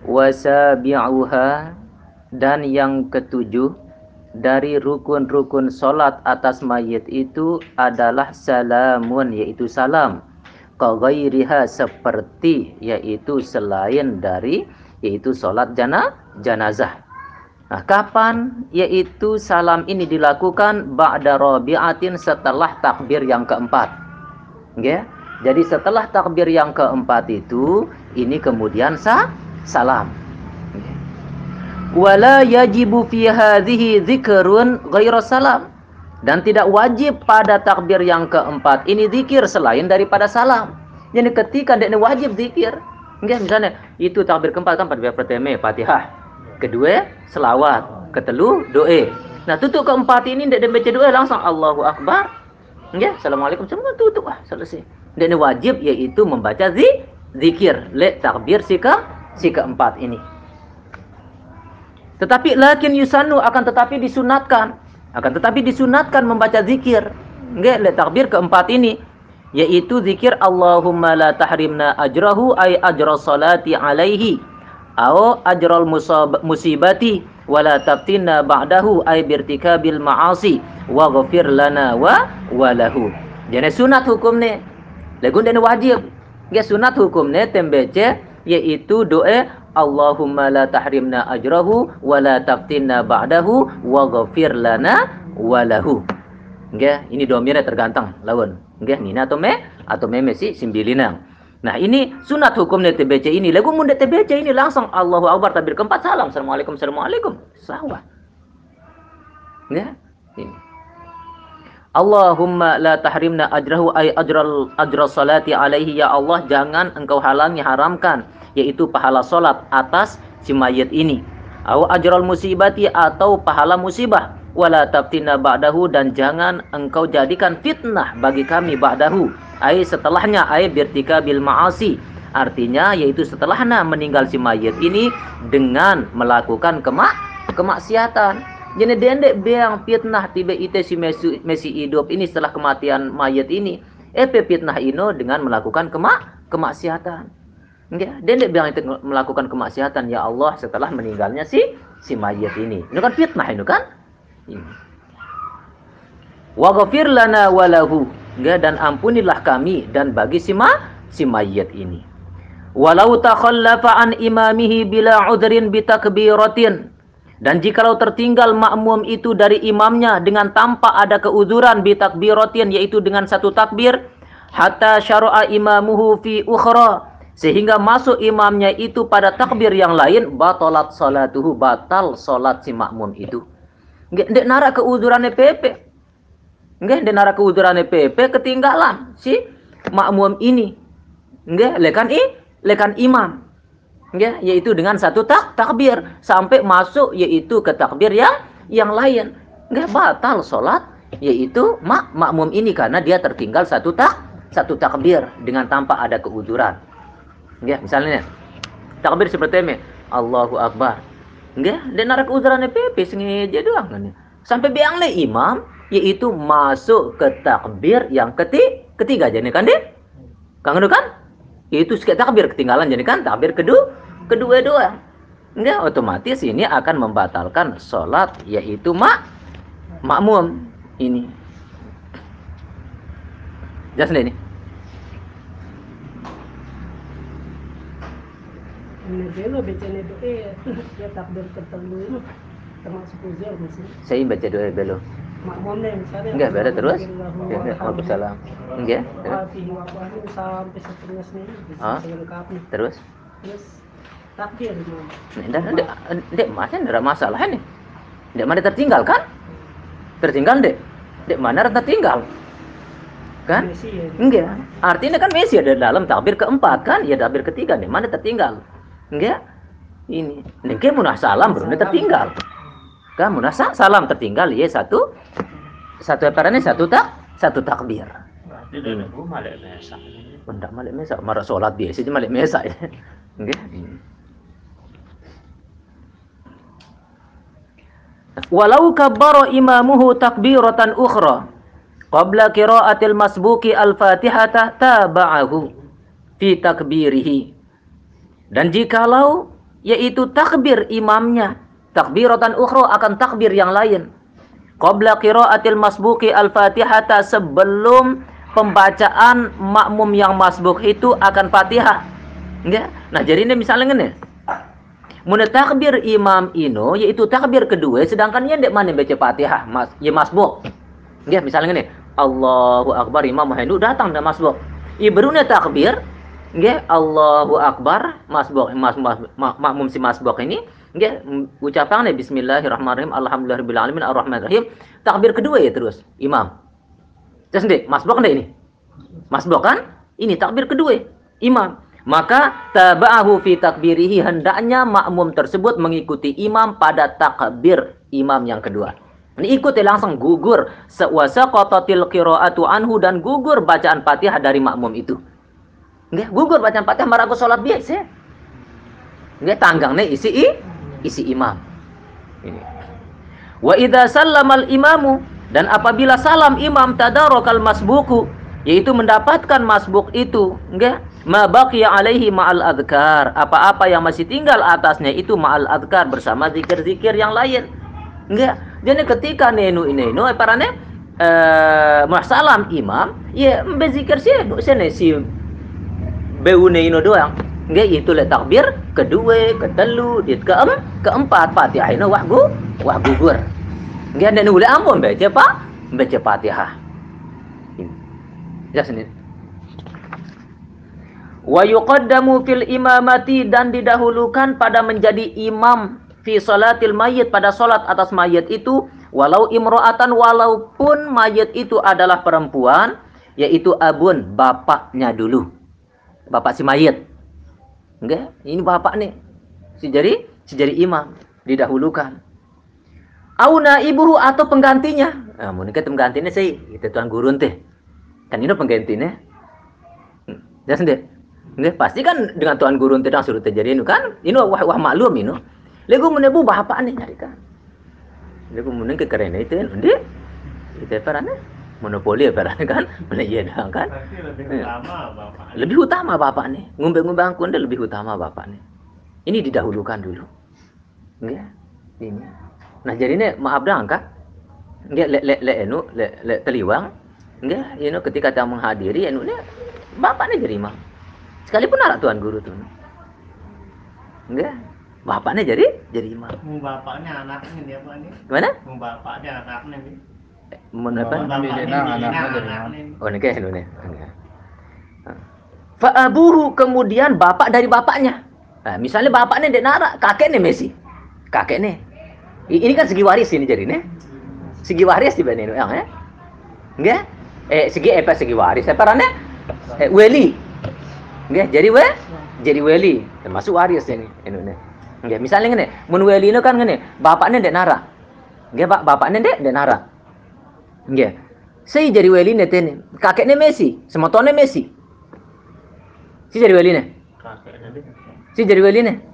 Wasabi'uha, dan yang ketujuh dari rukun-rukun solat atas mayit itu adalah salamun, yaitu salam. Kaghairiha, seperti yaitu selain dari yaitu solat janazah. Nah, kapan yaitu salam ini dilakukan? Ba'da rabi'atin, setelah takbir yang keempat. Okay? Jadi setelah takbir yang keempat itu, ini kemudian salam. Okay. Wala yajibu fi hadhihi dzikrun ghairu salam. Dan tidak wajib pada takbir yang keempat ini zikir selain daripada salam. Jadi ketika dia wajib zikir, enggak, misalnya itu takbir keempat kan pada pertama Fatihah, kedua selawat, ketelu doa. Nah, tutup keempat ini dia baca doa langsung Allahu Akbar. Enggak, Assalamualaikum, semua tutup, selesai. Dan wajib yaitu membaca zikir le takbir si keempat ini. Tetapi lakin yusannu, akan tetapi disunatkan membaca zikir. Enggak, le takbir keempat ini, yaitu zikir Allahumma la tahrimna ajrahu ay ajra salati alaihi au ajral musibati wala taftinna ba'dahu ay birtikabil ma'asi wa ghafir lana wa lahu. Jadi sunat hukumnya, lagun dan wajib. Enggak, sunat hukumnya tembaca yaitu doa Allahumma la tahrimna ajrahu wa la taftinna ba'dahu wa ghafir lana wa lahu. Nggih, ini domirnya tergantung lawan. Nggih, nina atau me si simbilinang. Nah, ini sunat hukumnya TBC ini. Lagu mun TBC ini langsung Allahu Akbar takbir keempat salam. Assalamualaikum, assalamualaikum. Sawah. Nggih. Ini. Allahumma la tahrimna ajrahu ay ajra salati alaihi, ya Allah jangan engkau halangi, haramkan yaitu pahala salat atas si mayit ini. Au ajral musibati, atau pahala musibah. Wala taftina ba'dahu, dan jangan engkau jadikan fitnah bagi kami ba'dahu, ai setelahnya, ai birtikabil ma'asi, artinya yaitu setelahnya meninggal si mayit ini dengan melakukan kemaksiatan. Jadi dendek beang fitnah tiba ite si mesi hidup ini setelah kematian mayit ini, fitnah ino dengan melakukan kemaksiatan. Enggak, dendek beang itu melakukan kemaksiatan ya Allah setelah meninggalnya si mayit ini. Ini kan fitnah itu kan? Wa ghafir lana wa lahu, dan ampunilah kami dan bagi si mayit ini. Walau takhallafa an imamihi bila udhrin bitakbiratin, dan jikalau tertinggal makmum itu dari imamnya dengan tanpa ada keuzuran, bitakbiratin yaitu dengan satu takbir, hatta syara'a imamuhu fi ukhra, sehingga masuk imamnya itu pada takbir yang lain, batalat salatuhu, batal salat si makmum itu. Nggak nara keuzurannya PP. Nggak nara keuzurannya PP, ketinggalan si makmum ini. Nggak lekan imam. Nggak, yaitu dengan satu takbir sampai masuk yaitu ke takbir yang lain. Nggak, batal salat yaitu makmum ini karena dia tertinggal satu takbir dengan tanpa ada keuzuran. Nggak, misalnya takbir seperti ini, Allahu Akbar. Enggak, dan nara keuzurannya PP sengaja doang kan. Sampai biang le imam yaitu masuk ke takbir yang ketiga jadi kan deh. Kang kan? Itu sekali takbir ketinggalan jadi kan takbir kedua doang. Enggak, otomatis ini akan membatalkan salat yaitu makmum ini. Jelas ini. Belo baca doa ya takbir tertentu termasuk ujian masih. Saya baca doa belo. Makmumnya misalnya. Enggak, beda terus. Waalaikumsalam. Enggak. Sampai setengah sendiri. Terus? Terus takbir. Dek, masih ada masalah nih. Dek mana tertinggal kan? Tertinggal dek. Dek mana tertinggal? Kan? Enggak. Artinya kan Messi ada dalam takbir keempat kan? Ya takbir ketiga nih. Mana tertinggal? Enggak. Ini. Nengke munah salam bro, ini tertinggal. Kan munah salam tertinggal ya satu perannya satu takbir. Berarti dari gua malik mesak. Enggak malik mesak, marah salat biasa aja malik mesak ya. Enggak. Walau kabbara imamuhu takbiratan ukhra qabla qira'atil masbuki al-Fatihah taba'ahu fi takbirihi. Dan jikalau yaitu takbir imamnya. Takbiratan ukhra, akan takbir yang lain. Qabla qiraatil masbuqi al-Fatihata, sebelum pembacaan makmum yang masbuk itu akan Fatihah. Nggih. Nah, jadi ini misalnya ngene. Mun takbir imam ino yaitu takbir kedua, sedangkan yang dek mana baca Fatihah, ya masbuk. Nggih, misalnya ngene. Allahu Akbar, imam hendak datang dan masbuk. Ibruna takbir, nggih, Allahu Akbar, masbuk, makmum si masbuk ini, nggih, ucapan bismillahirrahmanirrahim, alhamdulillahirabbil alamin, arrahmanirrahim. Takbir kedua ya terus imam. Terus ndek, masbuk ndek ini. Masbuk kan? Ini takbir kedua imam. Maka taba'ahu fi takbirihi, hendaknya makmum tersebut mengikuti imam pada takbir imam yang kedua. Ini ikuti langsung gugur sewasa qatatil qiraatu anhu, dan gugur bacaan Fatihah dari makmum itu. Nggih, gugur bacaan Fatihah marago salat biasa. Nggih, tanggangne isi imam. Ini. Wa idza sallamal imamu, dan apabila salam imam tadarakal masbuku, yaitu mendapatkan masbuk itu, nggih, ma baqiya alaihi ma'al adhkar, apa-apa yang masih tinggal atasnya itu ma'al adhkar, bersama zikir-zikir yang lain. Nggih. Jadi ketika nenu parane salam imam, ya berzikir sih dosen si beune ino doang. Nggih, itu le takbir kedua, ketelu, keempat Fatihah ino wah gugur. Nggih, nek nule ampun baca apa? Baca Fatihah. Ya sini. Wa yuqaddamu fil imamati, dan didahulukan pada menjadi imam fi salatil mayyit, pada salat atas mayit itu, walau imro'atan, walaupun mayit itu adalah perempuan, yaitu abun, bapaknya dulu. Bapak si mayit. Nggih, ini bapak nih. Si jadi imam, didahulukan. Auna ibuhu, atau penggantinya. Nah, mungkin penggantinya sih itu tuan gurun teh. Kan ini penggantinya. Ya sendiri. Nggih, pasti kan dengan tuan gurun teh suruh terjadi ini kan. Ini wah maklum ini. Lego menebu bapak nih nyarikan. Lego menen ke keren itu kan, undi. Itu parane monopoli parane kan, mana iya dah kan. Lebih utama bapak nih. Ngumbe-ngumbe angkun dia lebih utama bapak nih. Ini didahulukan dulu. Nggih. Ini. Nah, jadi ini maaf dah angkat. Nggih, le teliwang. Nggih, ini ketika kita menghadiri anu nih bapak nih jadi imam. Sekalipun anak tuan guru tuh. Nggih. Bapaknya jadi imam. Bapaknya anaknya dia apa nih? Gimana? Bapaknya anaknya nih. Mun apa? Anaknya. Oh, niki anu nih. Fa abuhu, kemudian bapak dari bapaknya. Nah, misalnya bapaknya dek nara, kakeknya Messi. Kakeknya. Ini kan segi waris ini jadi nih. Segi waris di bani yang ya. Nggih? Segi waris separane weli. Nggih, jadi weli, termasuk waris ini nih. Nggih, misalnya ngene, mun weli itu kan ngene, bapaknya ndek nara. Nggih, bapaknya ndek nara. Nggih. Saya jadi weli netene, kakeknya Messi, semotone Messi. Si jadi weli ne? Si jadi weli ne?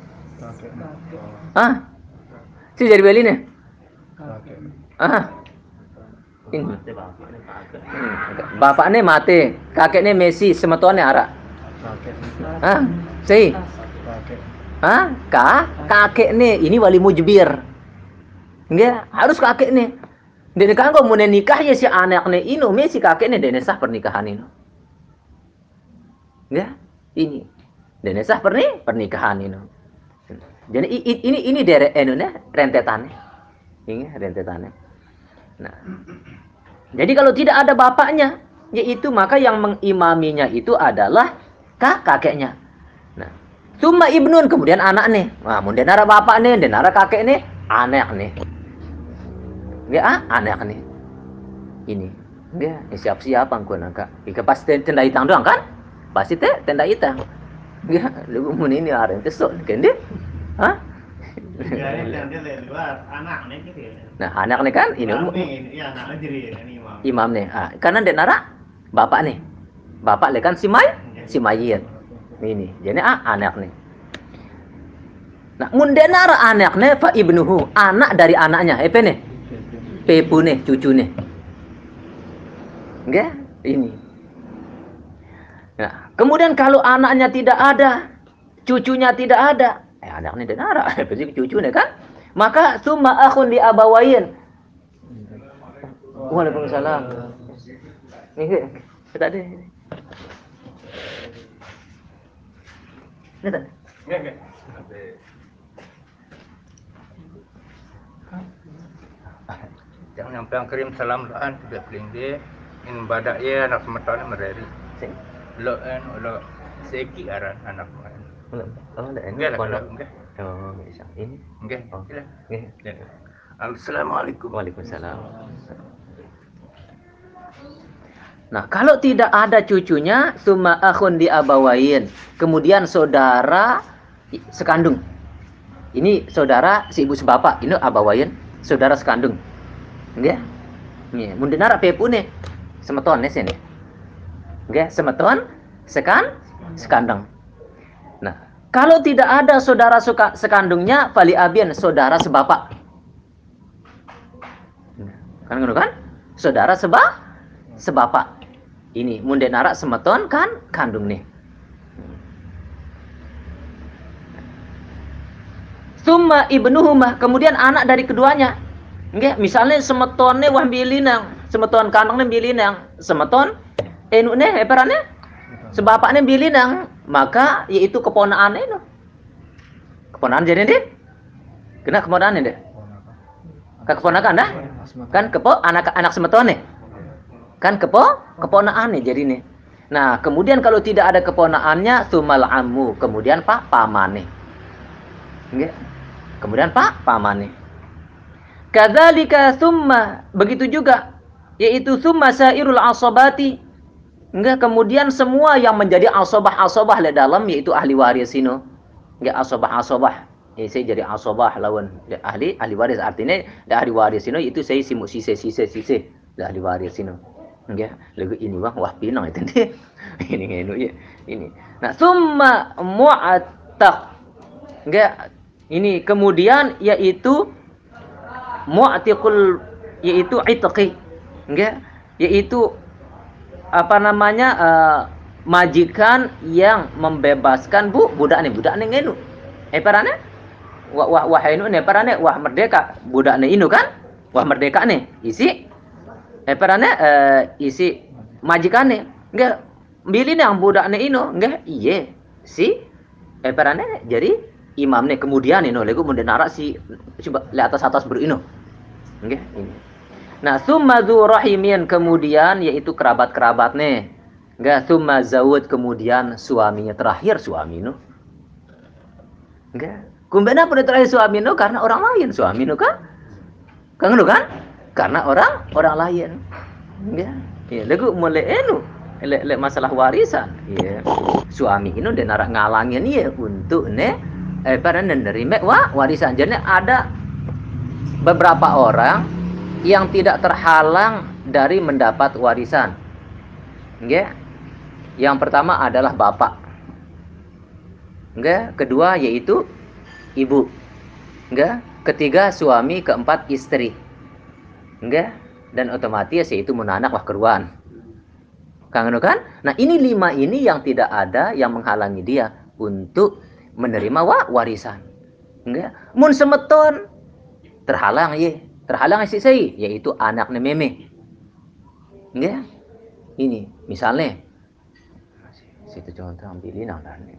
Ah? Si jadi weli ne? Ah. Ini. Bapaknya mati, kakeknya Messi, semotone ara. Ah, si. Hah? Kakek nih, ini wali mujbir. Nggak, harus kakek nih. Dan kan kok mau nikah ya si anaknya ini, si kakek nih dan sah pernikahan ini. Nggak, ini. Dan sah pernikahan ini. Jadi ini dari rentetannya. Ini rentetannya. Nah. Jadi kalau tidak ada bapaknya, yaitu maka yang mengimaminya itu adalah kakeknya. Nah, summa ibnun, kemudian anak nih. Wah, mun denara bapak nih, denara kakek nih, anak nih. Nggak anak nih. Ini. Dia siap-siap angkun angka. Ika pasti tenda hitang doang kan? Pasti tenda hitang. Nggak, lu mun ini aren tesok kan dia? Hah? Nah, anak nih kan ini imam nih. Ah, karena denara bapak nih. Bapak le kan si mayit. Ini. Jadi anak nih. Nah, mun denara anaknya fa ibnuhu, anak dari anaknya. Apa nih? Pepu nih, cucu nih. Nggak? Ini. Nah, kemudian kalau anaknya tidak ada, cucunya tidak ada, anaknya dan nara, pasti cucunya kan. Maka summa akhun li abawain. Waalaikumsalam. Ini kita ada. Ini tak? Enggak. Jangan nyampe yang kirim salam doan sudah paling dia in badak ya anak semeton mereri. Lo lo seki aran anak main. Oh, ada ini. Enggak lah, enggak. Oh, bisa. Ini. Enggak. Oh, Sila. nggih. Assalamualaikum. Waalaikumsalam. Nah, kalau tidak ada cucunya, summa akhun di abawain. Kemudian saudara sekandung. Ini saudara si ibu sebapak, ini abawain, saudara sekandung. Nggih. Nggih, mun denara pepune semeton sini. Nggih, semeton sekandung. Nah, kalau tidak ada saudara sekandungnya, fali abian, saudara sebapak. Kan ngono kan? Saudara sebapak. Ini mun denara semeton kan kandung nih. Summa ibnuhuma, kemudian anak dari keduanya. Nggih, misalnya semetonne wah bilinang, semeton kandungnya bilinang, semeton enune eperane sebapakne bilinang, maka yaitu keponakannya itu. Keponakan jadi deh. Kena keponakan deh. Keponakan dah? Kan anak semetone. Kan keponakan jadi nih. Nah, kemudian kalau tidak ada keponakannya sumal ammu, kemudian pamane. Nggih. Kemudian pamane. Kadzalika summa, begitu juga yaitu summa sairul asabati. Enggak, kemudian semua yang menjadi asabah le dalam yaitu ahli waris ini. Enggak asabah. Saya jadi asabah lawan ahli waris, artinya ahli waris ini itu saya simu sise ahli waris ini. Enggak, lagu ini wah pinang itu nih. Ini. Nah, summa mu'attaq. Enggak, ini kemudian yaitu mu'tiqul, yaitu itqi. Enggak, yaitu apa namanya majikan yang membebaskan budak nih ngenu. Parane wah inu ne parane wah merdeka budak nih inu kan? Wah merdeka nih isi parane isi majikan nih. Enggak bilin yang budak nih inu, enggak iye si parane jadi imam nih kemudian inu lego mendenara si coba lihat atas berinu. Enggak ini. Nah, summa dzu rahimin, kemudian yaitu kerabat-kerabat nih. Enggak, summa zawud, kemudian suaminya terakhir suami nu. Enggak. Kumbena pun terakhir suami nu karena orang lain suami nu kan? Kan nu kan? Karena orang lain. Enggak. Ya, lagu mulai enu le masalah warisan. Ya. Suami ini udah narak ngalangin ya untuk pada menerima warisan. Jadi ada beberapa orang yang tidak terhalang dari mendapat warisan. Nggih. Yang pertama adalah bapak. Nggih, kedua yaitu ibu. Nggih, ketiga suami, keempat istri. Nggih, dan otomatis yaitu menanak wah keruan. Kan? Nah, ini 5 ini yang tidak ada yang menghalangi dia untuk menerima warisan. Nggih. Mun semeton terhalang ye. Terhalang isi saya, yaitu anaknya meme. Enggak? Ini, misalnya. Situ contoh ambilin nih.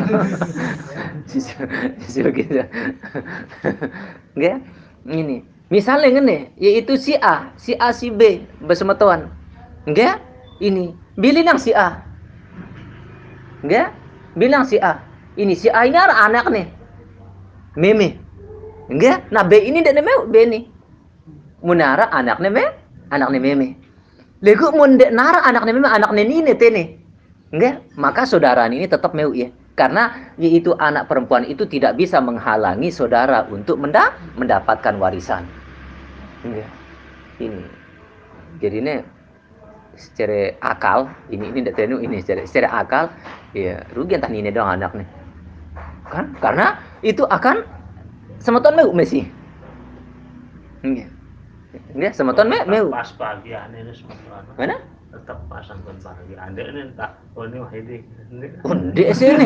Sisi begitu. Enggak? Ini. Misalnya ngene, yaitu si A, si B bersemetuan. Enggak? Ini, bilin yang si A. Enggak? Bilang si A. Ini si A ini anak nih. Meme. Enggak? Nah, B ini dan B ini. Munara anaknya meme. Lego mundek nara anaknya meme, anaknya nini tene. Enggak, maka saudara ini tetap meu ya. Karena yaitu anak perempuan itu tidak bisa menghalangi saudara untuk mendapatkan warisan. Enggak. Ini. Jadi ini secara akal, ini tidak tenu ini secara akal ya rugi entah ini dong anaknya. Kan? Karena itu akan semeton meu mesi. Enggak. Enggak, semeton meu. Pas pagi ane semeton. Mana? tetap pasang kon bagi ande ini tak oh ini wah ini Undek sini.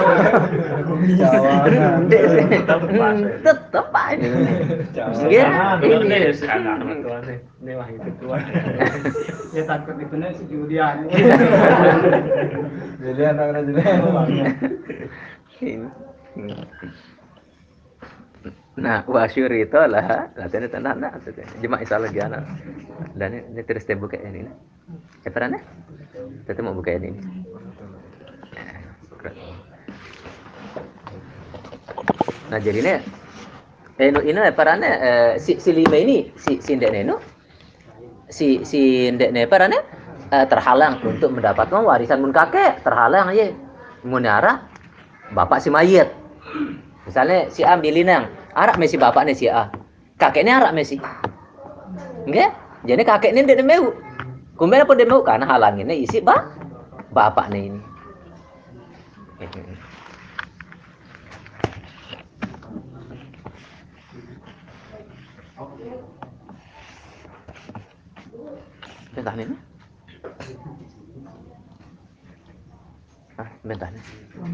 Undek sini. tetap pas Tetep aja. Nggih. ini Ini. si anak mertua nih ini wah itu tua Ya takut itu nih si Julian. Jadi anak-anak jadi Nah, wasyuri itu lah, latihan itu nak, jemaah isa lagi anak. Dan ini terus dia buka ini. Pernah? Kita mau buka ini. Nah, jadi ini perannya si lima ini si ndek neno si ndek ne perannya terhalang untuk mendapatkan warisan mun kakek, terhalang aja. Mun arah bapak si mayit. Misalnya si A bilinang, arak mesi bapaknya si A. Kakeknya arak mesi. Nggih? Jadi kakeknya ndek meu. Kumpul apa dia mau karena halanginnya isi bapaknya ini. Bentar ini. Bentar ini.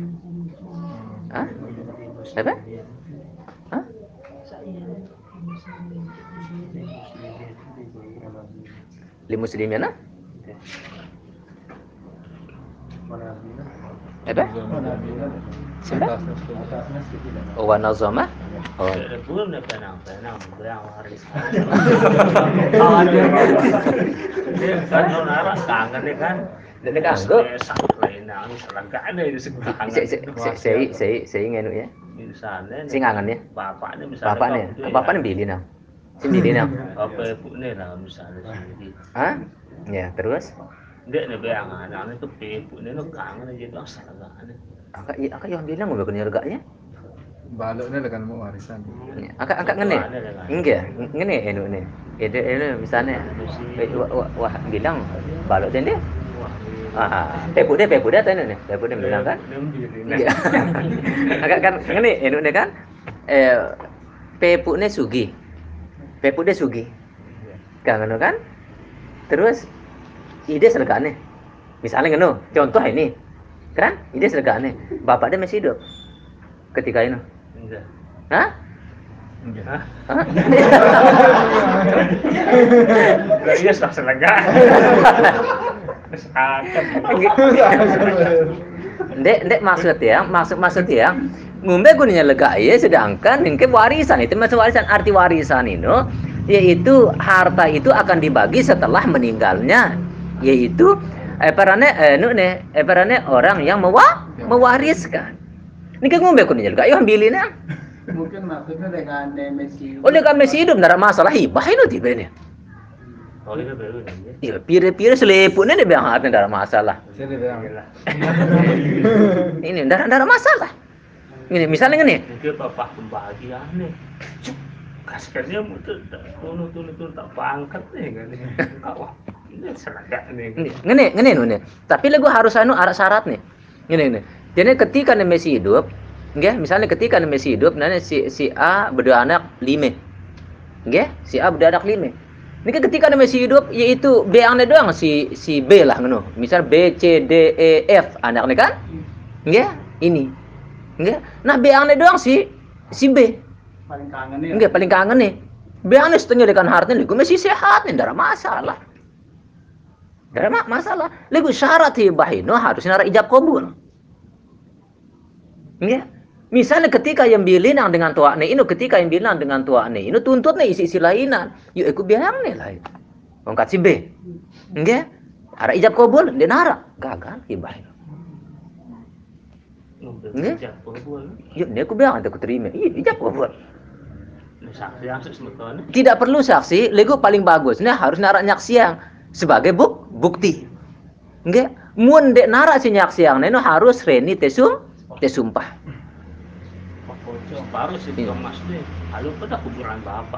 Apa? Limuslimina? Apa? Siapa? Wa nazama? Oh. belum dah penang berang waris dia kan orang kangen nih kan Dene kanggo. lain nang seragam ada di sebelah Saya ngenu ya. misalnya Sing ngangen ya. bapaknya misalnya Bapaknya bilih nang. Sing bilih nang. apa ibunya lah misalnya sendiri Hah? Ya, terus dia nih beang anak itu ibunya itu kangen aja tuh seragam Akak yang bilang mau bakal nyerganya. baloknya dengan mau warisan. Akak ngene. Enggak, ngene enu ne. Ede misalnya wah bilang balok dende. Pepu deh tanya nih. Pepu deh bilang kan. Iya. Agak kan ngene enu ne kan. Pepu ne sugi. Kan ngono kan? Terus ide sergane. Misalnya ngono, contoh ini. Kan? Ide sergane. Bapak dia masih hidup ketika itu. enggak Hah? enggak Hah? lah iya sudah seragam Ndek maksud ya ngumbe gunanya lega ya sedangkan ini warisan itu masuk warisan arti warisan itu yaitu harta itu akan dibagi setelah meninggalnya yaitu orang yang mewariskan ini kan ngumbe gunanya lega ya ambilinnya Mungkin maksudnya dengan Messi. oleh kami masih hidup tidak ada masalah hibah itu tiba ini oh itu baru nih ya pire selepuknya dia bilang tidak ada masalah Jadi bilang ini tidak ada masalah ini misalnya ini mungkin bapak pembahagian nih kasihnya muter turun tak pangkat nih kan wah ini seragam nih ngene tapi lagu harus syarat nih ngene jadi ketika Messi hidup nggih misalnya ketika Messi hidup si A berdua anak 5 nggih si A berdua anak 5 ini ketika Messi hidup yaitu B anaknya doang si B lah ngono misal B C D E F anaknya kan nggih ini nggih nah B anaknya doang si B Paling kangen ya. nggih paling kangen nih B anaknya setengah dengan hartanya liku masih sehat nih tidak ada masalah tidak ada masalah liku syarat hibah itu harus nara ijab kabul nggih misalnya ketika yang bilinang dengan tuakne ini ketika yang bilang dengan tuakne ini tuntutnya isi lainan yuk aku bilang nih lain ongkat si B nggih ada ijab kabul dia nara gagal hibah nggih yuk dia aku bilang aku terima ijab kabul saksi yang sebetulnya tidak perlu saksi lego paling bagus nah harus nara nyaksiang sebagai bukti nggih mun dek nara si nyaksiang itu harus reni tesumpah baru sih Mas deh lalu pada kuburan bapak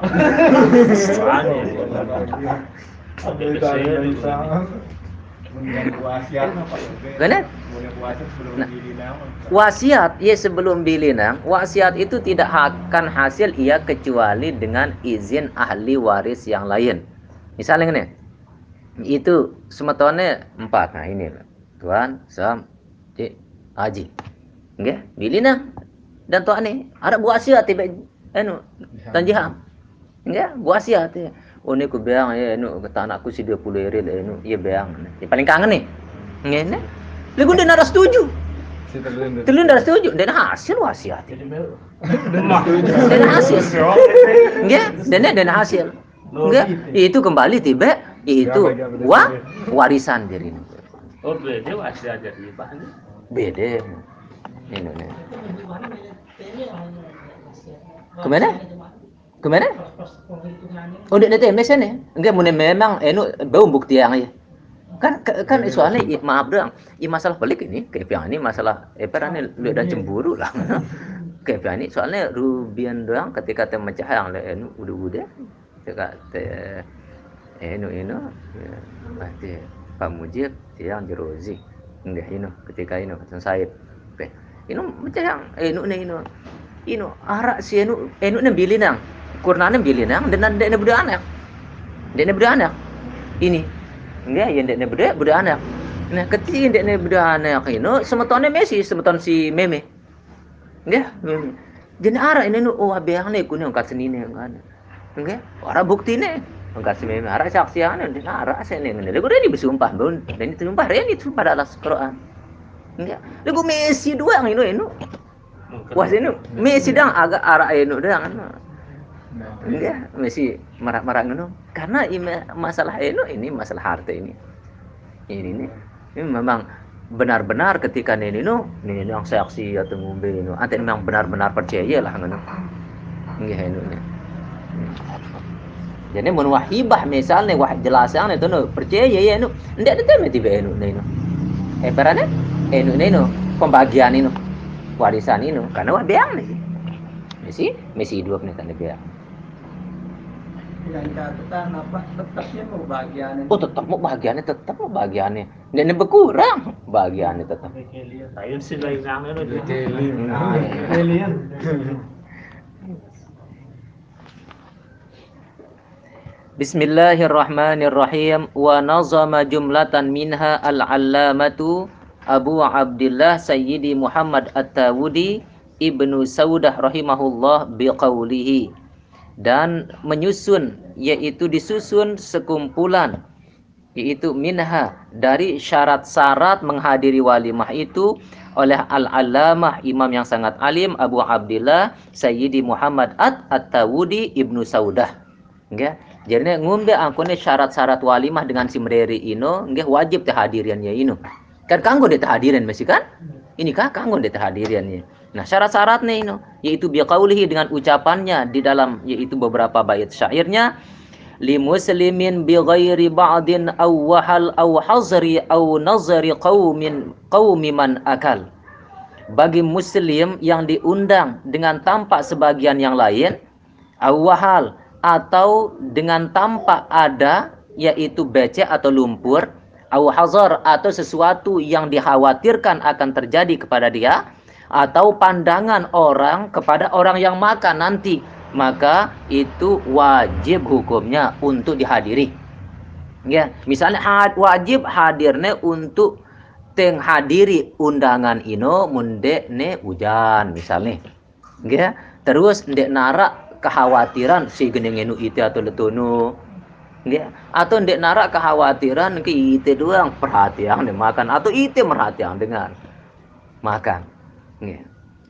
wasiat ya sebelum bilinang wasiat itu tidak akan hasil ia kecuali dengan izin ahli waris yang lain misalnya ini Itu semetone 4. Nah ini Tuan, Sam, Cik, Haji. Nggih, bilina. Dan tuan ni ada buat sia tiba anu tanjiham. Nggih, buat sia tu. Oh ni ku beang ya anu kata anakku si 20 ril anu ia beang. Dia paling kangen ni. Nggih ne. Lagu dia nak setuju. Si terlun. Telun dah setuju dan hasil wasiat. Jadi Dan hasil. Nggih, dan hasil. Nggih, itu kembali tiba itu warisan diri. Oh beda masih aja ibah ni. Beda. Ini nih. Kemana? Kemana? Oh, dia TMS ni. Enggak memang anu bau bukti yang ya. Kan soalnya maaf dong. Ini masalah pelik ini, kayak yang ini masalah peran lu dan cemburu lah. Kayak yang ini soalnya Rubian doang ketika teh mecah yang anu udah ketika teh anu berarti Pak Mujib yang Jerozi. Enggak ketika Said. Oke. Macam yang inu arak si enu ne bilinang kurnane bilinang dan dek ne budak anak ini enggak yang dek ne budak anak. Nah ketika dek ne budak anak semetone Messi semeton si Meme enggak jadi arak ini oh abeang ne kuning kat senine enggak ora buktine kat si Meme arak saksiane dan arak sene ngene lego dia bersumpah dan itu sumpah rene itu pada alas Quran. Enggak. Lagu Messi doang ini. Wah ini Messi doang agak arah ini doang. Enggak, Messi marah-marah ngono. Karena masalah ini masalah harta ini. Ini memang benar-benar ketika ini yang saksi atau ngombe ini. Ante memang benar-benar percaya lah ngono. Enggak ini. Jadi mun wahibah misalnya wah jelasan itu percaya ya ini. Ndak ada teme tiba ini. Perane enu pembagian ini warisan ini karena wah beang nih Messi hidup nih tanda beang. Yang catatan apa tetapnya mau bagiannya. Oh tetap mau bagiannya dan berkurang bagiannya tetap. Tayo sila yang Bismillahirrahmanirrahim. Wa nazama jumlatan minha al-allamatu Abu Abdullah Sayyidi Muhammad At-Tawudi Ibnu Saudah rahimahullah biqaulihi, dan menyusun yaitu disusun sekumpulan yaitu minha dari syarat-syarat menghadiri walimah itu oleh al-allamah imam yang sangat alim Abu Abdullah Sayyidi Muhammad At-Tawudi Ibnu Saudah. Nggih. Jadi ngombe angkone syarat-syarat walimah dengan si mreri ino nggih wajib tehadiriannya ino. Kan kanggo de tehadiran mesti kan? Ini kah kanggo de tehadiriannya. Nah, syarat-syaratnya ino yaitu biqaulihi dengan ucapannya di dalam yaitu beberapa bait syairnya li muslimin bi ghairi ba'din aw wahal aw hazri aw nazari qaumi man akal. Bagi muslim yang diundang dengan tampak sebagian yang lain aw wahal atau dengan tampak ada yaitu becek atau lumpur au hazar atau sesuatu yang dikhawatirkan akan terjadi kepada dia atau pandangan orang kepada orang yang makan nanti, maka itu wajib hukumnya untuk dihadiri. Ya, misalnya wajib hadirnya untuk tenghadiri undangan ino munde ne hujan misalnya. Ya, terus ndek narak kekhawatiran si genengenu itu atau letunu, nggih, atau ndek narak kekhawatiran ke itu doang perhatian dengan makan atau itu merhatian dengan makan, nggih.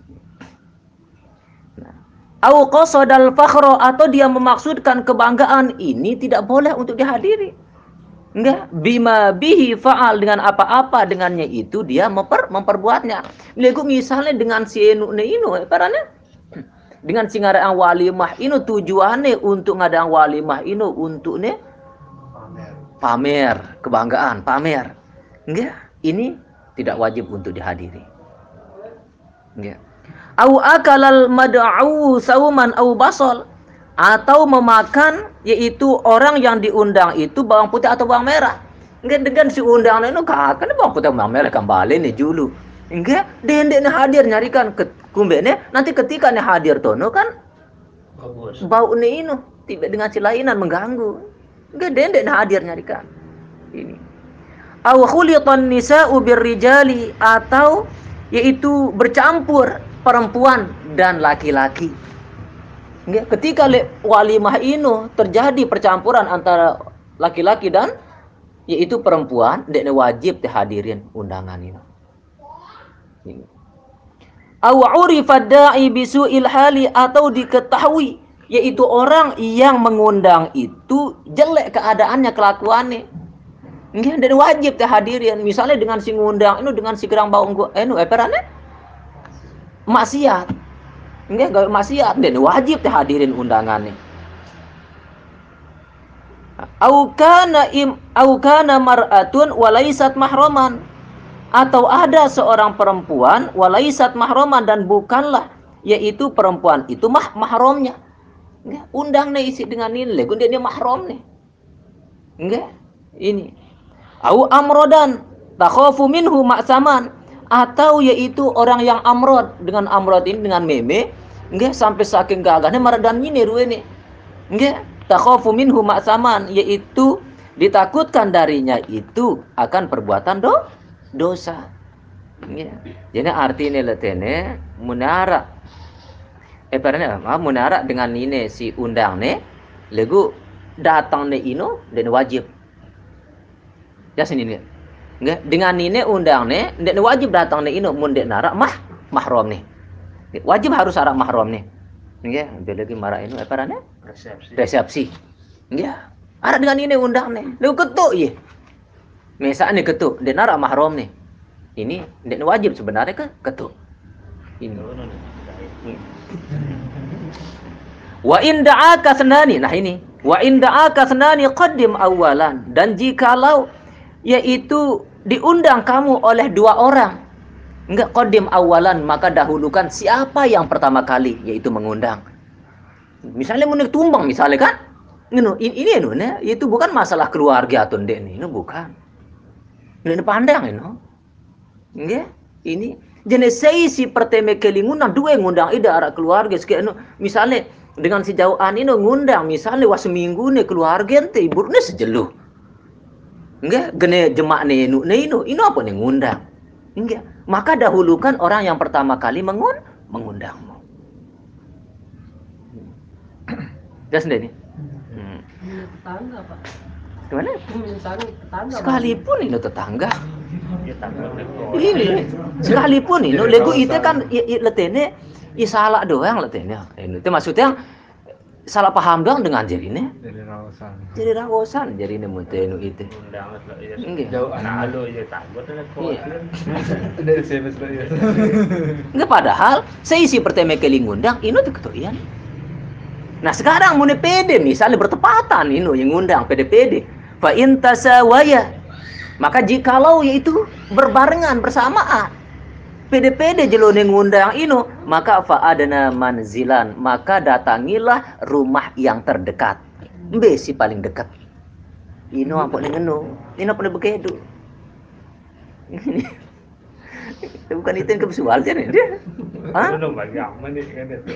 Nah, au qasadal fakhra atau dia memaksudkan kebanggaan ini tidak boleh untuk dihadiri, nggih. Bima bihi fa'al dengan apa-apa dengannya itu dia memperbuatnya. Lego misalnya dengan si enu parane dengan singaraan walimah ini tujuannya untuk ngadang walimah ini untuk nih pamer kebanggaan, pamer. Enggak, ini tidak wajib untuk dihadiri. Enggak. Au akalal mad'u sauman au basal, atau memakan yaitu orang yang diundang itu bawang putih atau bawang merah. Enggak, dengan si undang itu kakak bawang putih bawang merah kembali nih dulu. Enggak, dendek hadir nyarikan kumbene nanti ketika nih hadir tono kan bau nih tiba dengan si lainan mengganggu. Enggak, dendek hadir nyarikan. Ini. Aw khulitan nisa'u birrijali, atau yaitu bercampur perempuan dan laki-laki. Ketika walimah ini terjadi percampuran antara laki-laki dan yaitu perempuan, dekne wajib dihadirin undangan ini. Aw urifa da'i bisu'il hali, atau diketahui yaitu orang yang mengundang itu jelek keadaannya, kelakuannya. Nggih, dan wajib dihadirin. Misalnya dengan si ngundang ini dengan si gerang bau perane maksiat. Nggih, gawe maksiat, dan wajib dihadirin undangannya. Au kana mar'atun walaisat mahraman, atau ada seorang perempuan walaisat mahraman, dan bukanlah yaitu perempuan itu mahramnya. Nggih, undang nih isi dengan ini, lego dia mahram nih. Nggih, ini. Au amrodan takhafu minhu ma'saman, atau yaitu orang yang amrod, dengan amrod ini dengan meme, nggih, sampai saking gagahnya maradan ini ruwene. Nggih, takhafu minhu ma'saman, yaitu ditakutkan darinya itu akan perbuatan dosa. Nggih. Jadi artinya letene munara munara dengan ini si undang ne legu datang ne ino dan wajib. Ya sini nih. Nggih, dengan ini undang ne dan wajib datang ne ino mun dek nara mahram nih. Wajib harus arah mahram nih. Nggih, beda lagi marah ino resepsi. Nggih. Arah dengan ini undang nih. Legu ketuk ye. Misalnya ketuk dan nara mahram nih. Ini dek wajib sebenarnya ke ketuk. Ini. Wa in da'aka senani. Nah ini, wa in da'aka senani qaddim awalan, dan jikalau yaitu diundang kamu oleh dua orang, enggak qaddim awalan, maka dahulukan siapa yang pertama kali yaitu mengundang. Misalnya mau tumbang misalnya kan. Ini itu bukan masalah keluarga atau ndek ini bukan. Ini pandang ini. Nggih, ini jenis si perteme kelingunan dua ngundang ida arah keluarga sekian misalnya dengan si jauhan ini ngundang misalnya was seminggu nih keluarga ente iburnya sejeluh enggak gene jemak nih ini apa nih ngundang enggak, maka dahulukan orang yang pertama kali mengundangmu. Jelas sendiri. Tetangga, Pak. Gimana? Misalnya tetangga. Sekalipun ini tetangga. Ini sekalipun ini lego itu kan letene salah doang letene. Itu maksudnya salah paham doang dengan jadi ini. Jadi rawosan jadi ini mutenu itu. Jauh anak lo ya takut Enggak, padahal seisi pertama kali ngundang ini tuh ketuian. Nah sekarang mau pede misalnya bertepatan ini yang ngundang pede fa in tasawaya, maka jikalau yaitu berbarengan bersamaan pede jelone ngundang ini, maka fa adana manzilan, maka datangilah rumah yang terdekat. Besi paling dekat. Ini apa ngenu? Ini apa bekedu? Bukan itu yang kebesual aja nih dia. Hah? Itu bagi aman nih kan itu.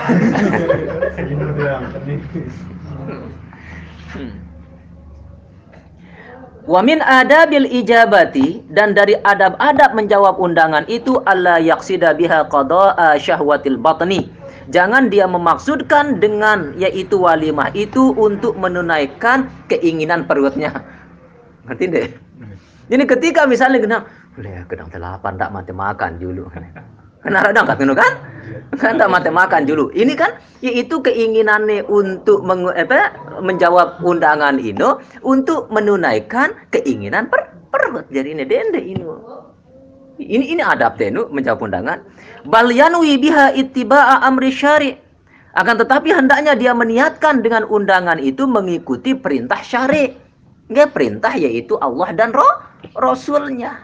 Wa min adabil ijabati, dan dari adab-adab menjawab undangan itu alla yaqsida biha qada'a syahwatil batni. Jangan dia memaksudkan dengan yaitu walimah itu untuk menunaikan keinginan perutnya. Ngerti deh? Jadi ketika misalnya gedang telapan tak mati makan dulu. Kenapa dong kan? Kan tak mati makan dulu. Ini kan yaitu keinginannya untuk menjawab undangan ini untuk menunaikan keinginan perut. Jadi ini dende ini. Ini adab tenu menjawab undangan. Bal yanwi biha ittiba'a amri syari'. Akan tetapi hendaknya dia meniatkan dengan undangan itu mengikuti perintah syari'. Enggak, perintah yaitu Allah dan Rasulnya.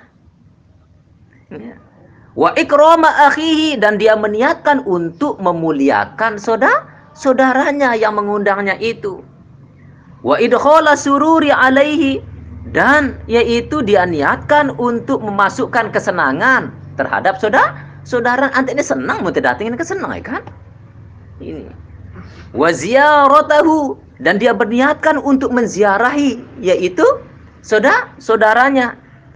Wa ikrama akhihi, dan dia meniatkan untuk memuliakan saudaranya yang mengundangnya itu. Wa idkhala sururi alaihi, dan yaitu dia niatkan untuk memasukkan kesenangan terhadap saudara. Ante ini senang mau datengin kesenang ya kan? Ini. Wa ziyaratahu, dan dia berniatkan untuk menziarahi yaitu saudaranya.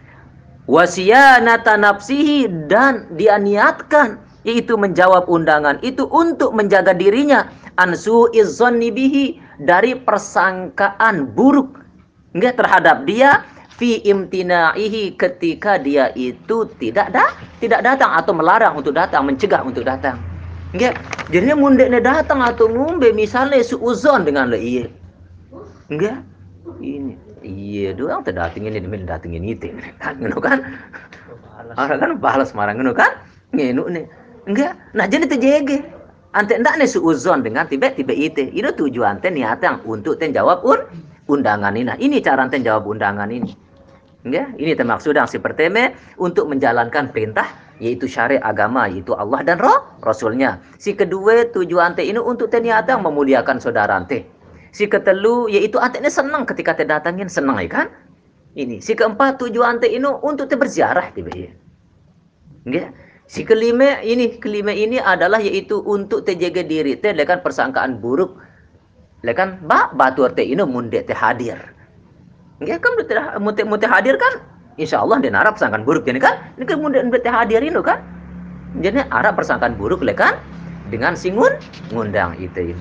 Wasiyanata nafsihi, dan dia niatkan yaitu menjawab undangan itu untuk menjaga dirinya ansu'iz zanni bihi, dari persangkaan buruk enggak terhadap dia, fi imtinaihi, ketika dia itu tidak datang atau melarang untuk datang, mencegah untuk datang. Enggak, jadinya mundeknya datang atau ngombe misalnya suuzon dengan le iye. Enggak. Ini iya doang terdatengin ini men datengin itu kan ngono kan. Orang kan balas marang ngono kan. Ngenu nih. Enggak. Nah jadi terjege. Ante ndak nih suuzon dengan tiba-tiba itu. Itu tujuan teh niatan untuk ten jawab undangan ini. Nah, ini cara ten jawab undangan ini. Enggak? Ini termaksud yang seperti untuk menjalankan perintah yaitu syariat agama yaitu Allah dan Rasulnya. Si kedua tujuan teh ini untuk ten niatan memuliakan saudara teh. Si ketelu yaitu ante ini senang ketika teh datangin, senang ya kan? Ini. Si keempat tujuan teh ini untuk teh berziarah tiba ya. Nggih. Si kelima ini adalah yaitu untuk teh jaga diri teh lekan persangkaan buruk. Lekan batur teh ini munde teh hadir. Nggih kan munde hadir kan? Insyaallah den Arab persangkaan buruk jadi kan? Ini kan munde teh hadir ini kan? Jadi Arab persangkaan buruk lekan dengan singun ngundang itu.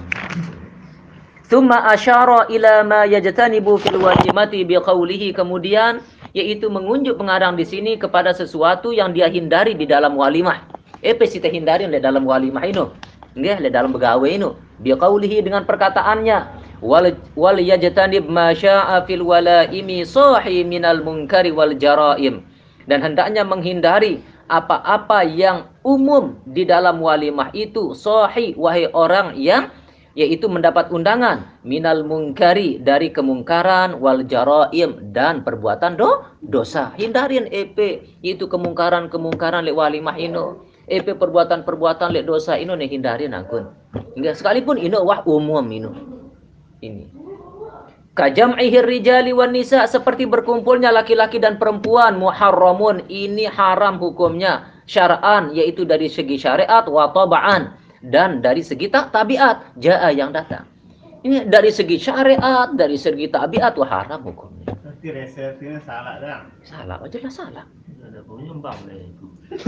Tsumma asyara ila ma yajtanibu fil walimati biqaulihi, kemudian yaitu mengunjuk pengarang di sini kepada sesuatu yang dia hindari di dalam walimah. Apa sih teh hindari di dalam walimah ini? Nggih, di dalam begawe ini. Biqaulihi, dengan perkataannya, wal yajtanib ma syaa fil walaimi sahi minal munkari wal jaraim. Dan hendaknya menghindari apa-apa yang umum di dalam walimah itu, sahi, wahai orang yang yaitu mendapat undangan, minal munkari, dari kemungkaran, wal jaraim, dan perbuatan dosa. Hindarin itu kemungkaran lek walimah ino. Perbuatan-perbuatan lek dosa ino nih hindarin akun. Enggak sekalipun ino wah umum ino. Ini. Kajam'ihir rijali wan nisa, seperti berkumpulnya laki-laki dan perempuan, muharramun, ini haram hukumnya, syar'an, yaitu dari segi syariat, wa taba'an, dan dari segi tabiat, jaa yang datang. Ini dari segi syariat, dari segi tabiat, wah haram hukumnya. Berarti resepnya salah dah. Salah, jelas salah. Ada penyumbang deh itu.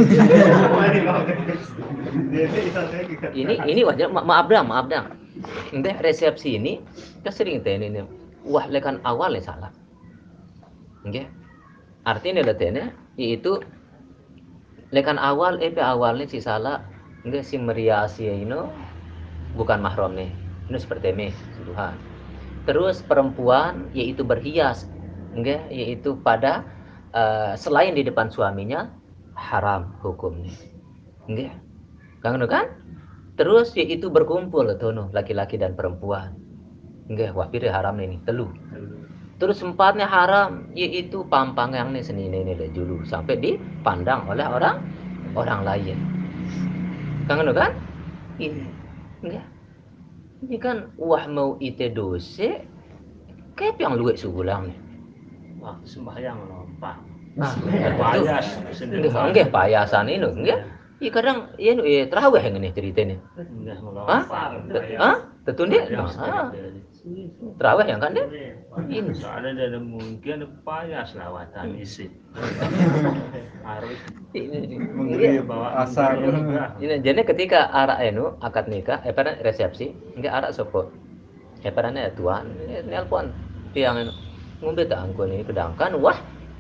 Ini wajar, maaf dah. Entah resepsi ini, kita sering ini, wah lekan awalnya salah. Nggih. Artinya letene yaitu lekan awalnya si salah. Enggak, si meriasi ini bukan mahram nih. Ini seperti ini, Tuhan. Terus perempuan yaitu berhias, enggak, yaitu pada selain di depan suaminya haram hukumnya. Enggak. Kan? Terus yaitu berkumpul tono laki-laki dan perempuan. Enggak, wah pilih haram ini, telu. Terus empatnya haram yaitu pampang yang nih senine ini dulu sampai dipandang oleh orang lain. Kangen kan? Ini. Enggak. Ini kan wah mau ite dose. Kayak yang luwek sugulang nih. Wah, sembahyang lompat. Payas. Enggak payasan ini, enggak. Iya kadang terawih yang ini ceritanya. Enggak melompat. Hah? Tentu dia. Terawih yang kan dia? Ini soalnya ada mungkin ada payas lawatan isi. Harus Mungkin bawa asar. Ini jadi ketika arak akad nikah, resepsi, enggak arak sopo. Parane tuan, nelpon tiang ngombe tak angkon ini kedangkan wah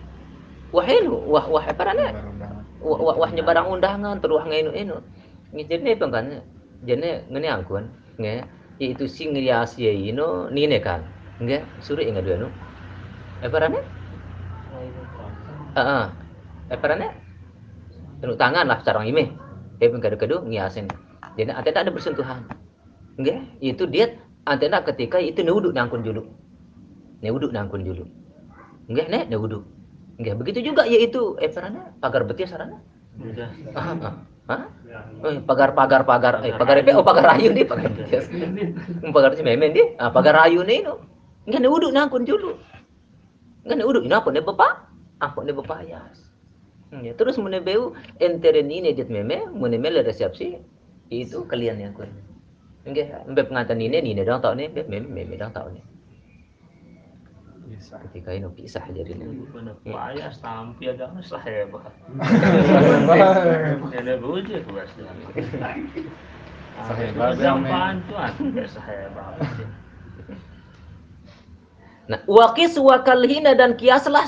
parane wah nyebarang undangan terus ngenu. Jadi apa kan? Jadi ngene angkon, nge itu sing ngriasi ino nine kan. Enggak, suri ingat dua parane? Parane? Tengok tangan lah carang ini. Kado-kado ngiasin. Jadi ada bersentuhan. Enggak, itu dia antena ketika itu neuduk nangkun dulu. Enggak, neuduk. Enggak, begitu juga yaitu parane pagar betis sarana. Udah. Pagar ayu nih, pagar betis. Pagar si memen dia. Pagar ayu nih no. Enggak neuduk nangkun dulu. Enggak neuduk apa ne bapak? Apa ne bapayas. Ya, terus menebeu enteren ini dit meme, menemel resepsi itu kalian yang kun. Enggak, mbep pengantin ini dong tahu nih, mbep meme dong tahu nih. Ketika ini pisah jadinya. Benar payah sampai ada masalah hebat. Ada bujur buat dia. Sahebat Yang yang bantuan biasa hebat. Nah, waqis wakal hina dan kiaslah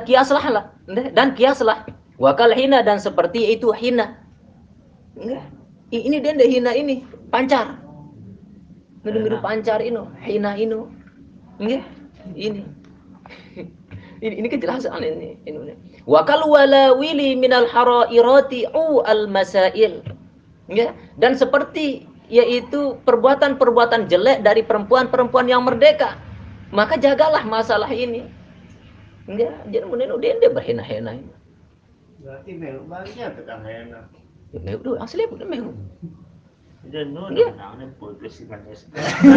wakal hina dan seperti itu hina. Enggak. Ini dia hina ini pancar. Miru pancar ini hina ini. Enggak. Ini. Ini kejelasan ini. Wakal walawili minal harairati al masail. Enggak. Dan seperti yaitu perbuatan-perbuatan jelek dari perempuan-perempuan yang merdeka. Maka jagalah masalah ini. Enggak, jangan menenu dia berhina-hina. Berarti melu bagian tukang enak. Ya melu asli udah melu. Dan no nang putus dengan SD.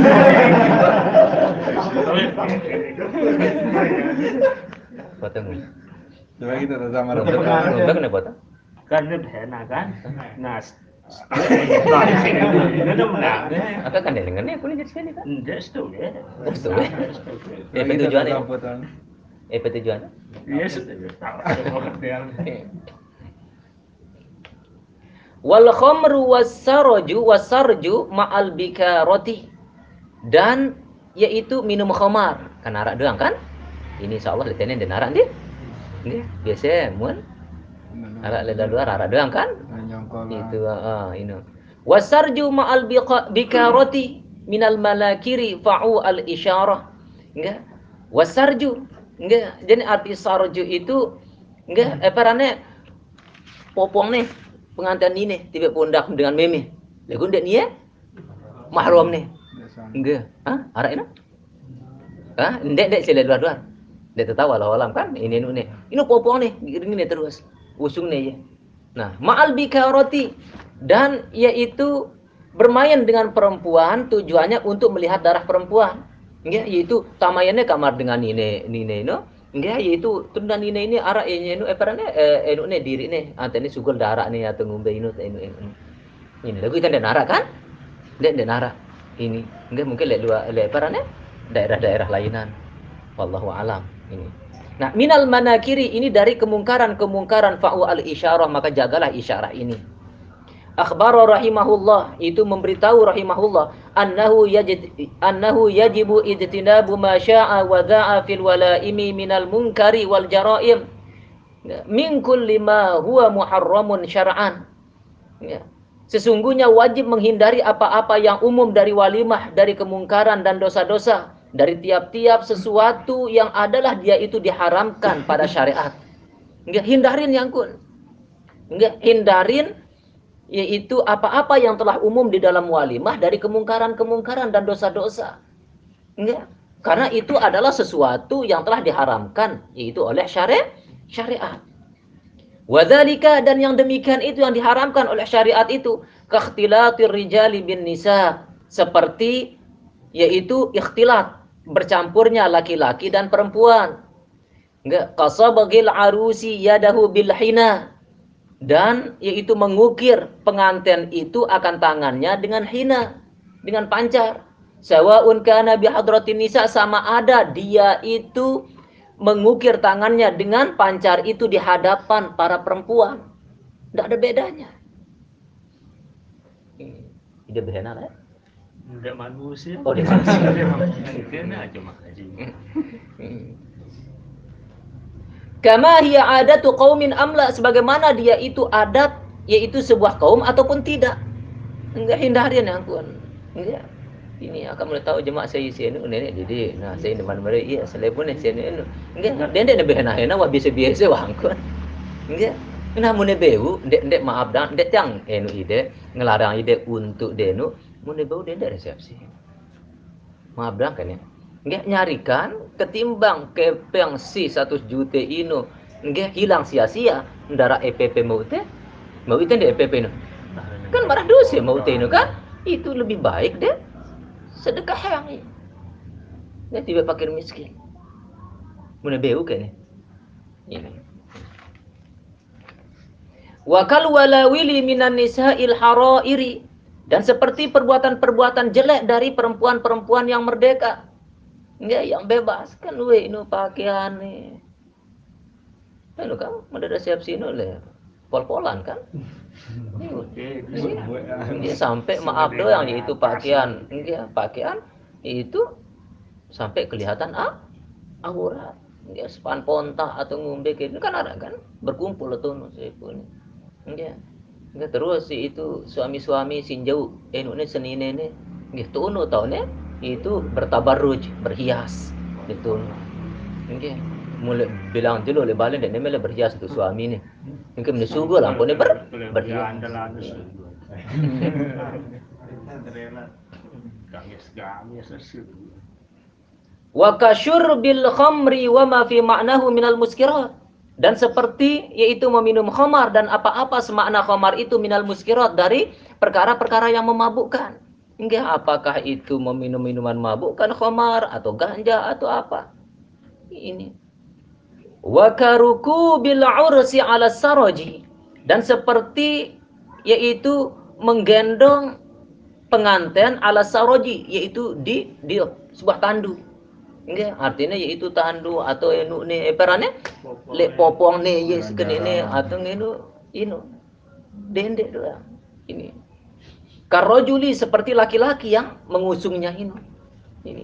Potong. Coba kita sama Enggak kena potong. Kan dia hena kan. Nas. Itu menang. Apa kan dengannya aku jadi sini kan? Enggak setuju ya. Betul. Tujuannya? Tujuannya? Iya sudah tahu. Wal khamru wasarju ma'al bikarati. Dan yaitu minum khamar. Kan arak doang kan? Ini insyaallah letene den arak dia. Nggih, biasa mun arak leda luar arak doang kan? Itu ini. Wasarju ma'al bikarati minal malakiri fa'u al isyarah. Enggak? Wasarju. Enggak. Jadi arti sarju itu enggak perannya popong nih pengantin ini tiba pundak dengan meme. Lagu ndak ni mahram nih. Enggak. Arak ini? Ndek sila luar-luar. Dia tertawa lah alam kan. Ini. Ini popong nih, gini terus. Usung nih ya. Nah, ma'al bikarati dan yaitu bermain dengan perempuan tujuannya untuk melihat darah perempuan. Enggak, yaitu tamayannya kamar dengan nine no. Enggak, yaitu tunda nine ini arak ini perannya ne diri nih. Antene sugol darah nih atau ngombe ini. Ini lagu kita ndak narak kan? Ndak narak. Ini enggak mungkin le perannya daerah-daerah lainan. Wallahu alam ini. Nah, minal manakiri ini dari kemungkaran fa'u al-isyarah, maka jagalah isyarah ini. Akhbara rahimahullah, itu memberitahu rahimahullah annahu yajibu ijtinabu ma sya'a wa dha'a fil walaimi minal munkari wal jaraim min kulli ma huwa muharramun syar'an. Ya. Sesungguhnya wajib menghindari apa-apa yang umum dari walimah, dari kemungkaran dan dosa-dosa, dari tiap-tiap sesuatu yang adalah dia itu diharamkan pada syariat. Enggak hindarin yang kun. Enggak hindarin yaitu apa-apa yang telah umum di dalam walimah dari kemungkaran-kemungkaran dan dosa-dosa. Enggak. Karena itu adalah sesuatu yang telah diharamkan yaitu oleh syariat. Wadzalika dan yang demikian itu yang diharamkan oleh syariat itu kakhtilatir rijali bin nisa, seperti yaitu ikhtilat, bercampurnya laki-laki dan perempuan. Enggak, qasabagil arusi yadahu bil hina, dan yaitu mengukir pengantin itu akan tangannya dengan hina, dengan pancar. Sawaun kana bi hadratin nisa, sama ada dia itu mengukir tangannya dengan pancar itu di hadapan para perempuan. Enggak ada bedanya. Ide benar ya? Enggak manusia. Oh, dia manusia. Dia cuma haji. Kama hiya adatu qaumin amla, sebagaimana dia itu adat yaitu sebuah kaum ataupun tidak. Enggak hindarin yang kuan. Enggak. Ini akan mulai tahu jemaah saya sini nenek jadi. Nah, saya depan mereka iya selepon sini. Enggak, dendek nebe hena wah biasa-biasa wah kuan. Enggak. Nah, mun beu ndek maaf dan ndek yang ide ngelarang ide untuk denu mun beu dendek resepsi. Maaf dan kan ya. Nggak nyarikan ketimbang kepeng si 100 juta ino nggak hilang sia-sia ndara EPP mau itu di EPP ino kan marah dosa mau itu kan itu lebih baik deh sedekah yang nggak tiba fakir miskin mana beu kan ini wakal walawili minan nisa'il harairi, dan seperti perbuatan-perbuatan jelek dari perempuan-perempuan yang merdeka. Nggih, yang bebas kan we inu pakaian nih. Anu kan mendadak siap sino le. Pol-polan kan? Nggih, sampai maaf doang yaitu pakaian. Nggih, pakaian itu sampai kelihatan aurat. Nggih, span ponta atau ngombe itu kan ada kan berkumpul tuh sepun. Nggih. Nggih terus si itu suami-suami sinjau ini senine ne nggih tuno taune itu bertabarruj, berhias itu. Nggih. Mulai bilang dulu le balen dan nemele berhias itu suami nih. Mungkin menyuguh lampune berhias. Wa kasyurbil khamri wa ma fi ma'nahu minal muskirat. Dan seperti yaitu meminum khamar dan apa-apa semakna khamar itu minal muskirat dari perkara-perkara yang memabukkan. Enggak, apakah itu meminum minuman mabuk kan khamar atau ganja atau apa? Ini. Wa karuku bil ursi 'ala saraji. Dan seperti yaitu menggendong pengantin ala saroji yaitu di sebuah tandu. Nggih, artinya yaitu tandu atau enu ne eperane le popong ne yes kenene atau inu dende doang. Ini. Karojuli seperti laki-laki yang mengusungnya ini.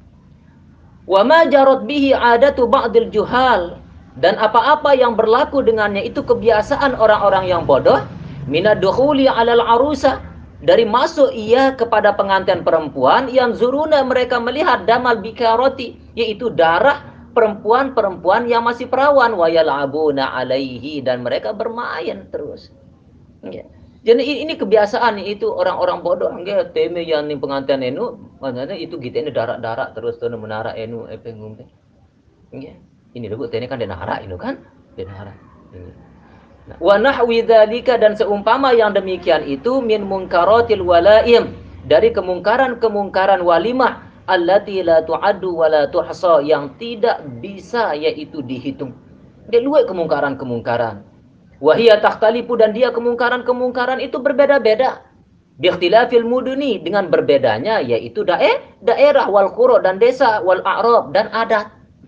Wa ma jarot bihi adatu ba'dil juhal, dan apa-apa yang berlaku dengannya itu kebiasaan orang-orang yang bodoh, minadukhuli 'alal arusa, dari masuk ia kepada pengantin perempuan, yang zuruna mereka melihat damal bikaroti, yaitu darah perempuan-perempuan yang masih perawan, wa yal'abuna 'alaihi, dan mereka bermain terus. Ya. Jadi ini kebiasaan itu orang-orang bodoh. Nggih teme yang ning pengantin enu, maknanya itu gitene darak-darak terus tuh menara enu ngumpe. Nggih. Ini lho tene kan denara itu kan? Denara. Ini. Wa nahwi dzalika, dan seumpama yang demikian itu min munkaratil walaim, dari kemungkaran-kemungkaran walimah allati la tu'addu wa la tuhsa, yang tidak bisa yaitu dihitung. Dia luwih kemungkaran-kemungkaran. Wa hiya takhtalifu, dan dia kemungkaran-kemungkaran itu berbeda-beda. Bi ikhtilafil muduni, dengan berbedanya yaitu daerah wal qura, dan desa, wal a'rab, dan adat.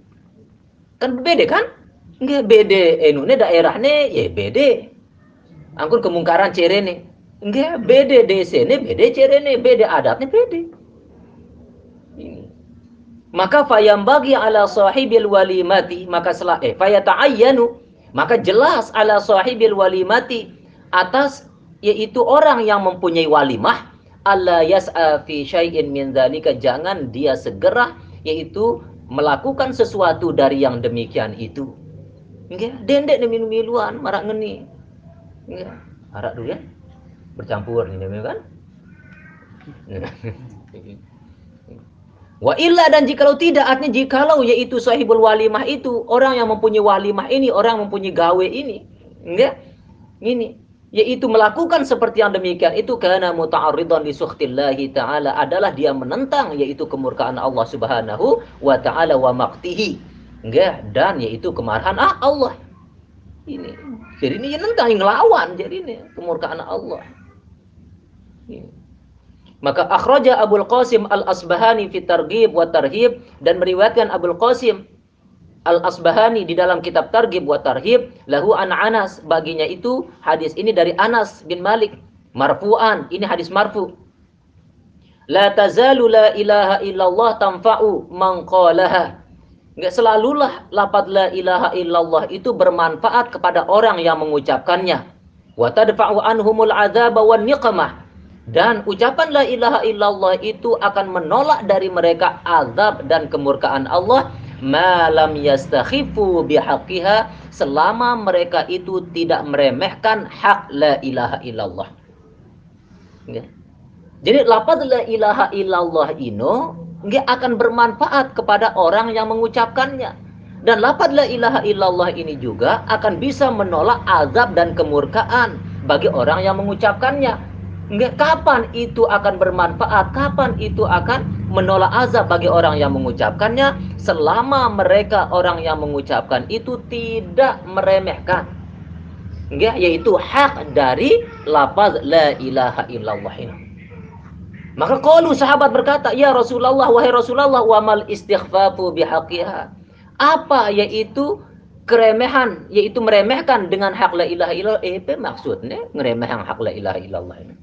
Kan berbeda kan? Nggih bede enune daerahne ya bede. Angkun kemungkaran cerene. Nggih bede desene bede cerene, bede adatnya bede. Ini. Maka fayambagi ala sahibil walimati, maka fayata'ayyanu, maka jelas ala sahibil walimati, atas yaitu orang yang mempunyai walimah, alla yas'a fi syai'in min dzalika, jangan dia segera yaitu melakukan sesuatu dari yang demikian itu. Nggih, dendek nih minum miluan, marak ngeni. Nggih, arak dulu ya. Bercampur ini kan. Wa illa, dan jikalau tidak, artinya jikalau yaitu sahibul walimah itu orang yang mempunyai walimah ini, orang yang mempunyai gawe ini. Nggih. Ini yaitu melakukan seperti yang demikian itu, kana muta'arridan li sukhtillahi ta'ala, adalah dia menentang yaitu kemurkaan Allah Subhanahu wa ta'ala wa maqtihi. Enggak, dan yaitu kemarahan Allah. Ini. Jadi ini nentang, ngelawan, jadi ini kemurkaan Allah. Ini. Maka akhraja Abul Qasim Al-Asbahani fi Targhib wa Tarhib, dan meriwayatkan Abul Qasim Al-Asbahani di dalam kitab Targhib wa Tarhib, lahu an Anas, baginya itu hadis ini dari Anas bin Malik marfu'an, ini hadis marfu. La tazalu la ilaha illallah tanfa'u man qalaha. Enggak, selalulah lafaz la ilaha illallah itu bermanfaat kepada orang yang mengucapkannya. Wa tadfa'u anhumul adzaba wan niqmah, dan ucapan la ilaha illallah itu akan menolak dari mereka azab dan kemurkaan Allah, ma lam yastakhifu bihaqqiha, selama mereka itu tidak meremehkan hak la ilaha illallah. Enggak. Jadi lafaz la ilaha illallah ini nggak akan bermanfaat kepada orang yang mengucapkannya. Dan lafaz la ilaha illallah ini juga akan bisa menolak azab dan kemurkaan bagi orang yang mengucapkannya. Nggak, kapan itu akan bermanfaat, kapan itu akan menolak azab bagi orang yang mengucapkannya? Selama mereka orang yang mengucapkan itu tidak meremehkan, nggak, yaitu hak dari lafaz la ilaha illallah ini. Maka qalu sahabat berkata, "Ya Rasulullah, wahai Rasulullah, wa mal istighfafu bihaqqiha." Apa yaitu keremehan, yaitu meremehkan dengan hak la ilaha illallah. Apa maksudnya ngeremehkan hak la ilaha illallah ini?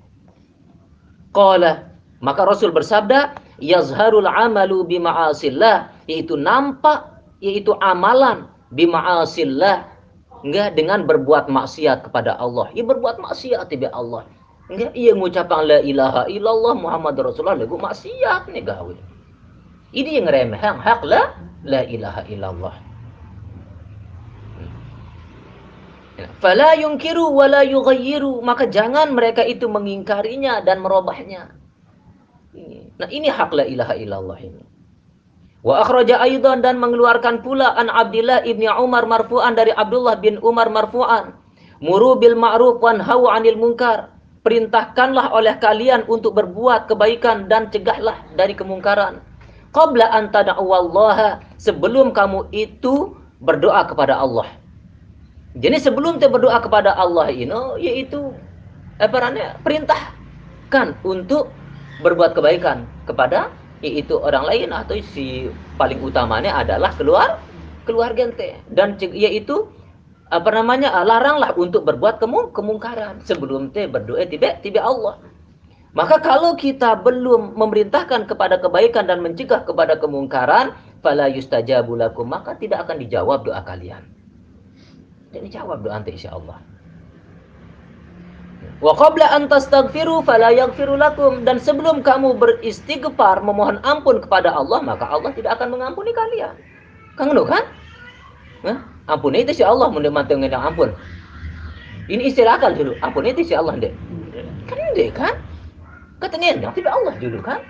Qala, maka Rasul bersabda, "Yazharul amalu bima'asillah." Yaitu nampak, yaitu amalan bima'asillah, enggak dengan berbuat maksiat kepada Allah. Ia berbuat maksiat kepada Allah. Enggak, ia mengucapkan la ilaha illallah Muhammad Rasulullah lagu maksiat nih gawe. Ini yang ngeremehkan hak la ilaha illallah. Fala yunkiru wa la yughayyiru, maka jangan mereka itu mengingkarinya dan merubahnya. Nah, ini hak la ilaha illallah ini. Wa akhraja aidan, dan mengeluarkan pula an Abdullah ibni Umar marfu'an, dari Abdullah bin Umar marfu'an, muru bil ma'ruf wanhau 'anil munkar. Perintahkanlah oleh kalian untuk berbuat kebaikan dan cegahlah dari kemungkaran. Qabla an tad'uwallaha, sebelum kamu itu berdoa kepada Allah. Jadi sebelum kita berdoa kepada Allah ini, yaitu perintahkan untuk berbuat kebaikan kepada yaitu orang lain, atau si paling utamanya adalah keluarga ente, dan yaitu laranglah untuk berbuat kemungkaran sebelum te berdoa tiba Allah. Maka kalau kita belum memerintahkan kepada kebaikan dan mencegah kepada kemungkaran, fala yustajabu lakum, maka tidak akan dijawab doa kalian. Tidak dijawab doa ante insyaallah. Wa qabla an tastaghfiru fala yaghfiru lakum, dan sebelum kamu beristighfar memohon ampun kepada Allah, maka Allah tidak akan mengampuni kalian. Kangen kan? Nah, ampuni itu si Allah, mun manteng ngedang ampun. Ini istilah akal dulu. Ampuni itu si Allah ndek. Kan ndek kan? Katanya tidak Allah dulu kan?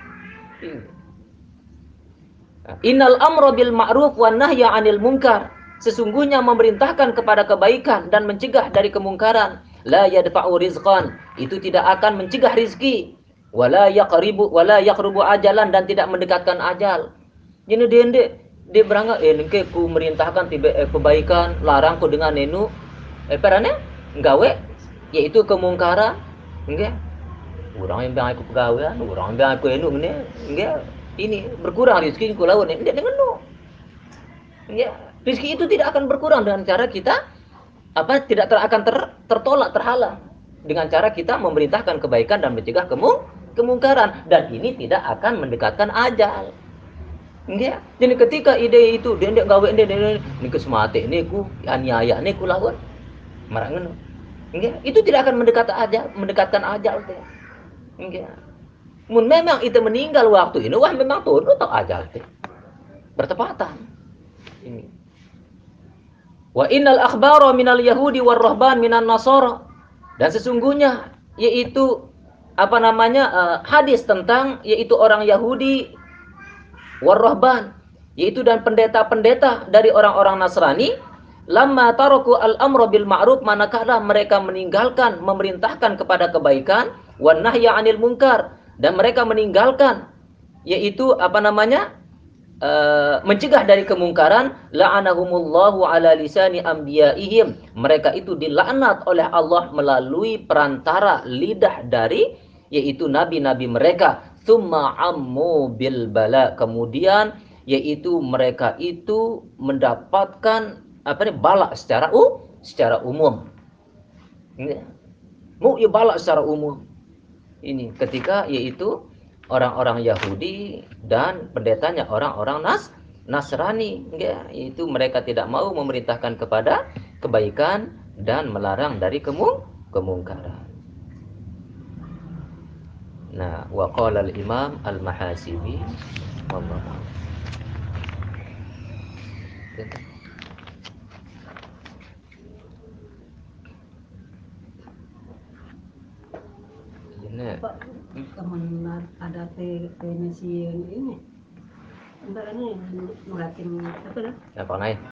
Innal amra bil ma'ruf wan nahya 'anil munkar. Sesungguhnya memerintahkan kepada kebaikan dan mencegah dari kemungkaran, la yadfa'u rizqan, itu tidak akan mencegah rizki, wala yaqrubu ajalan, dan tidak mendekatkan ajal. Jadi dia berangkat nengke ku merintahkan tiba kebaikan, larang ku dengan nenu perane gawe yaitu kemungkaran, nggak? Orang yang bilang aku pegawaian, orang yang bilang aku enu nggak? Ini berkurang rezeki ku lawan nggak dengan nu. Ya, rezeki itu tidak akan berkurang dengan cara kita tidak akan tertolak, terhalang dengan cara kita memerintahkan kebaikan dan mencegah kemungkaran, dan ini tidak akan mendekatkan ajal. Nggih. Jadi ketika ide itu dendek gawe dendek niku semate niku aniaya niku lawan marang ngono. Nggih. Itu tidak akan mendekatkan ajal teh. Nggih. Mun memang itu meninggal waktu ini, wah memang turun atau ajal teh. Bertepatan. Ini. Wa innal akhbara minal yahudi war rahban minan nasara. Dan sesungguhnya yaitu hadis tentang yaitu orang Yahudi war rahban, yaitu dan pendeta-pendeta dari orang-orang Nasrani, lamma taraku al-amra bil ma'ruf, manakala mereka meninggalkan memerintahkan kepada kebaikan, wan nahya 'anil munkar, dan mereka meninggalkan yaitu mencegah dari kemungkaran, la'anahumullahu ala lisani anbiya'ihim, mereka itu dilaknat oleh Allah melalui perantara lidah dari yaitu nabi-nabi mereka. Tsumma ammu bil bala, kemudian yaitu mereka itu mendapatkan bala secara umum. Bala secara umum. Ini ketika yaitu orang-orang Yahudi dan pendetanya orang-orang Nasrani, yaitu mereka tidak mau memerintahkan kepada kebaikan dan melarang dari kemungkaran. Nah, wa qala al-Imam al-Mahasibi wallahu a'lam. Pak, teman ada teknisi ini. Entar ini ngeliatin apa dah? Apa naik?